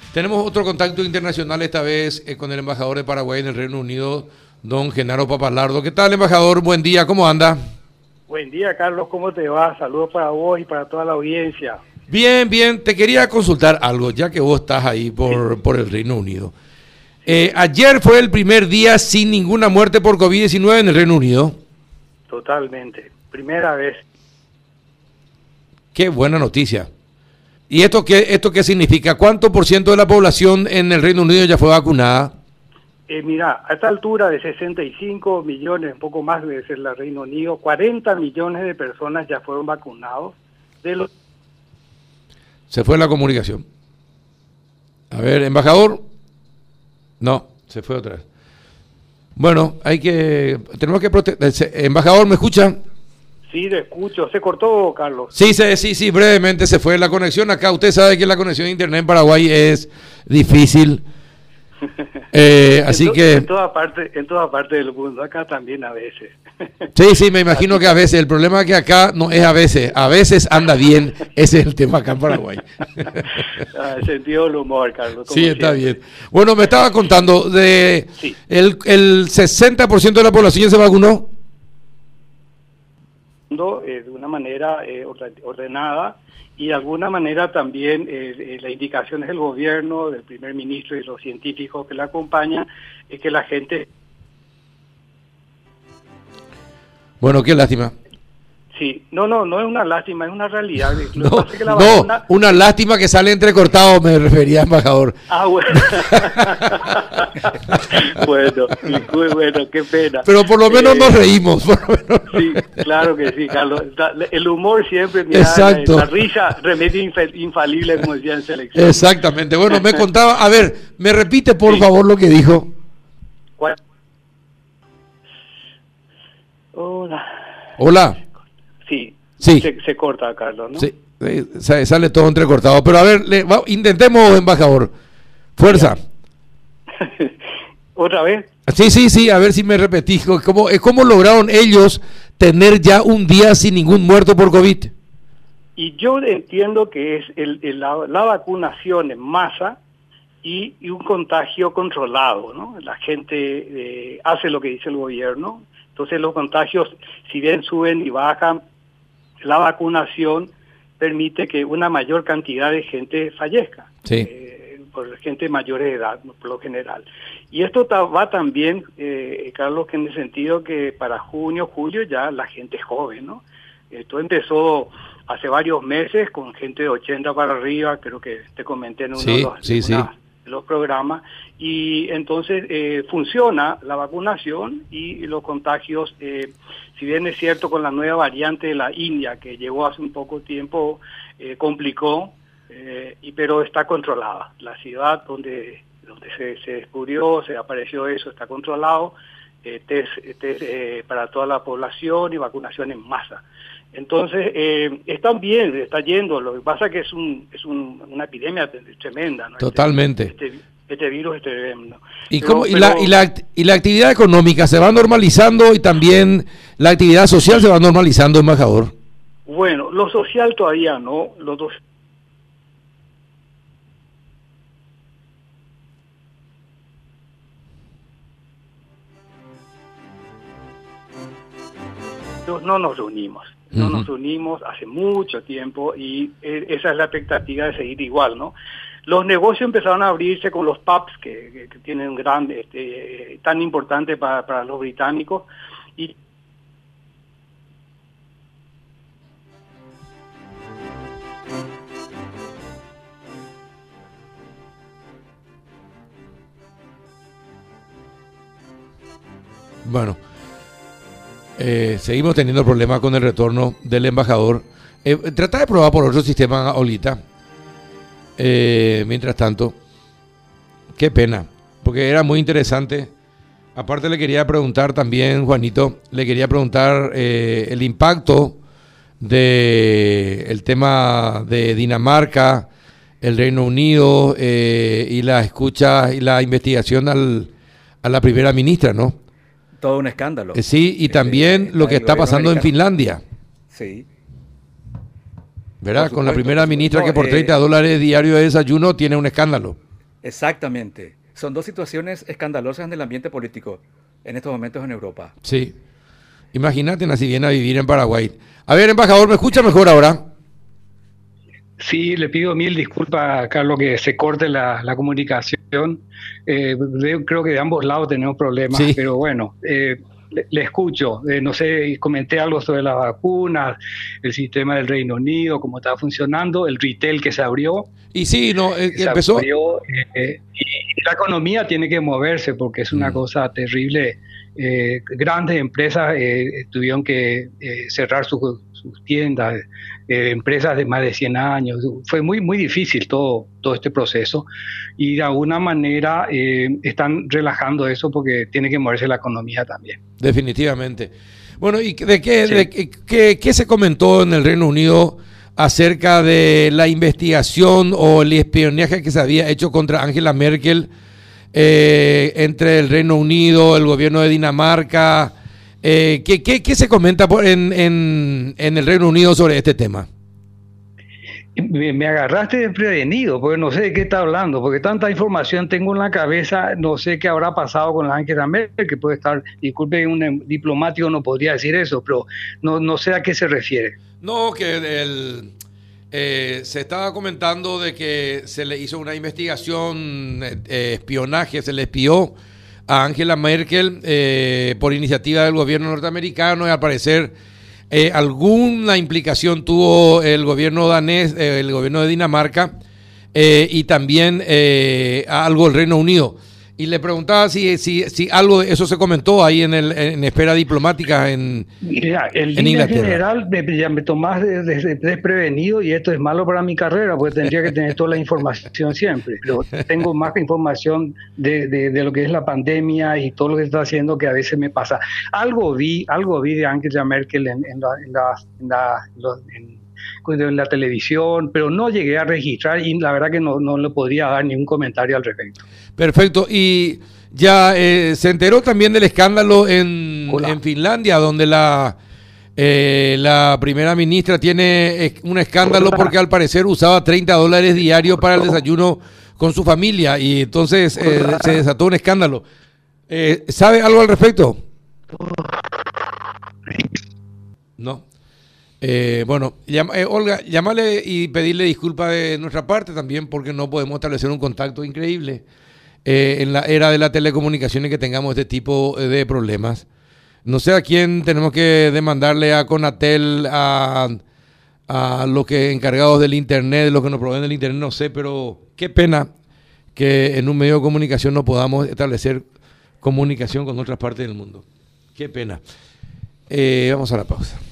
Tenemos otro contacto internacional, esta vez con el embajador de Paraguay en el Reino Unido, don Genaro Papalardo. ¿Qué tal, embajador? Buen día, ¿cómo anda? Buen día, Carlos, ¿cómo te va? Saludos para vos y para toda la audiencia. Bien, bien. Te quería consultar algo, ya que vos estás ahí por el Reino Unido. Ayer fue el primer día sin ninguna muerte por COVID-19 en el Reino Unido. Totalmente. Primera vez. Qué buena noticia. ¿Y esto qué significa? ¿Cuánto por ciento de la población en el Reino Unido ya fue vacunada? Mira, a esta altura de 65 millones, un poco más debe ser el Reino Unido, 40 millones de personas ya fueron vacunados. Se fue la comunicación. A ver, embajador. No, se fue otra vez. Bueno, tenemos que proteger. Embajador, ¿me escucha? Sí, te escucho. ¿Se cortó, Carlos? Sí, brevemente se fue la conexión. Acá usted sabe que la conexión de internet en Paraguay es difícil. Así que... En toda parte del mundo, acá también a veces. Sí, me imagino que a veces. El problema es que acá no es a veces anda bien. Ese es el tema acá en Paraguay. El sentido del humor, Carlos. Sí, está bien. Bueno, me estaba contando sí. el 60% de la población ya se vacunó. De una manera ordenada y de alguna manera también las indicaciones del gobierno, del primer ministro y los científicos que la acompañan, es que la gente... Bueno, qué lástima. Sí, no es una lástima, es una realidad. Una lástima que sale entrecortado, me refería, embajador. Bueno. Bueno, qué pena. Pero por lo menos nos reímos. Sí, claro que sí, Carlos. El humor siempre, mira, exacto. La risa, remedio infalible, como decía en selección. Exactamente. Bueno, me contaba, a ver, me repite por favor lo que dijo. ¿Cuál? Hola. Sí. Se corta, Carlos, ¿no? Sí, sale todo entrecortado. Pero a ver, intentemos, embajador. Fuerza. ¿Otra vez? Sí, a ver si me repetís. ¿Cómo lograron ellos tener ya un día sin ningún muerto por COVID? Y yo entiendo que es la vacunación en masa y un contagio controlado, ¿no? La gente hace lo que dice el gobierno. Entonces los contagios, si bien suben y bajan, la vacunación permite que una mayor cantidad de gente fallezca, por gente mayor de edad, por lo general. Y esto va también, Carlos, que en el sentido que para junio, julio ya la gente es joven, ¿no? Esto empezó hace varios meses con gente de 80 para arriba, creo que te comenté en uno de los programas, y entonces funciona la vacunación y los contagios, si bien es cierto con la nueva variante de la India que llegó hace un poco tiempo, complicó, pero está controlada. La ciudad donde se descubrió, se apareció eso, está controlado, test para toda la población y vacunación en masa. Entonces, están bien, está yendo. Lo que pasa es que es una epidemia tremenda, ¿no? Totalmente. Este virus es tremendo. ¿Y la actividad económica se va normalizando y también la actividad social se va normalizando, embajador? Bueno, lo social todavía no. Los dos. No nos reunimos. No nos reunimos hace mucho tiempo y esa es la expectativa de seguir igual, ¿no? Los negocios empezaron a abrirse con los pubs que tienen un gran, tan importante para los británicos y bueno. Seguimos teniendo problemas con el retorno del embajador. Trata de probar por otro sistema, Olita. Mientras tanto, qué pena, porque era muy interesante. Aparte le quería preguntar también, Juanito, el impacto del tema de Dinamarca, el Reino Unido y la escucha y la investigación a la primera ministra, ¿no? Todo un escándalo. Sí, y también lo que está pasando en Finlandia. Sí. ¿Verdad? Con la primera ministra que por $30 diario de desayuno tiene un escándalo. Exactamente. Son dos situaciones escandalosas en el ambiente político en estos momentos en Europa. Sí. Imagínate, si viene a vivir en Paraguay. A ver, embajador, ¿me escucha mejor ahora? Sí, le pido mil disculpas, Carlos, que se corte la comunicación. Creo que de ambos lados tenemos problemas, Sí. pero bueno, le escucho. No sé, comenté algo sobre las vacunas, el sistema del Reino Unido, cómo está funcionando, el retail que se abrió. Y sí, no, que se empezó. abrió, y la economía tiene que moverse porque es una cosa terrible. Grandes empresas tuvieron que cerrar sus tiendas, empresas de más de 100 años. Fue muy, muy difícil todo este proceso y de alguna manera están relajando eso porque tiene que moverse la economía también. Definitivamente. Bueno, ¿y de Sí. qué se comentó en el Reino Unido acerca de la investigación o el espionaje que se había hecho contra Angela Merkel entre el Reino Unido, el gobierno de Dinamarca? ¿Qué se comenta en el Reino Unido sobre este tema? Me agarraste desprevenido, porque no sé de qué está hablando, porque tanta información tengo en la cabeza, no sé qué habrá pasado con la Angela Merkel, que puede estar, disculpe, un diplomático no podría decir eso, pero no sé a qué se refiere. No, que se estaba comentando de que se le hizo una investigación, espionaje, se le espió a Angela Merkel por iniciativa del gobierno norteamericano y al parecer alguna implicación tuvo el gobierno danés, el gobierno de Dinamarca y también algo el Reino Unido. Y le preguntaba si algo de eso se comentó ahí en esfera diplomática Mira, el en líder Inglaterra. general me tomás desprevenido y esto es malo para mi carrera, porque tendría que tener toda la información siempre. Pero tengo más información de lo que es la pandemia y todo lo que está haciendo que a veces me pasa. Algo vi de Angela Merkel en la televisión, pero no llegué a registrar y la verdad que no le podría dar ningún comentario al respecto. Perfecto. Y ya se enteró también del escándalo en Finlandia, donde la primera ministra tiene un escándalo porque al parecer usaba $30 diarios para el desayuno con su familia y entonces se desató un escándalo. ¿Sabe algo al respecto? No. Bueno, Olga, llamarle y pedirle disculpas de nuestra parte también porque no podemos establecer un contacto increíble en la era de las telecomunicaciones que tengamos este tipo de problemas. No sé a quién tenemos que demandarle, a Conatel, a los que encargados del internet, de los que nos proveen del internet, no sé, pero qué pena que en un medio de comunicación no podamos establecer comunicación con otras partes del mundo. Qué pena. Vamos a la pausa.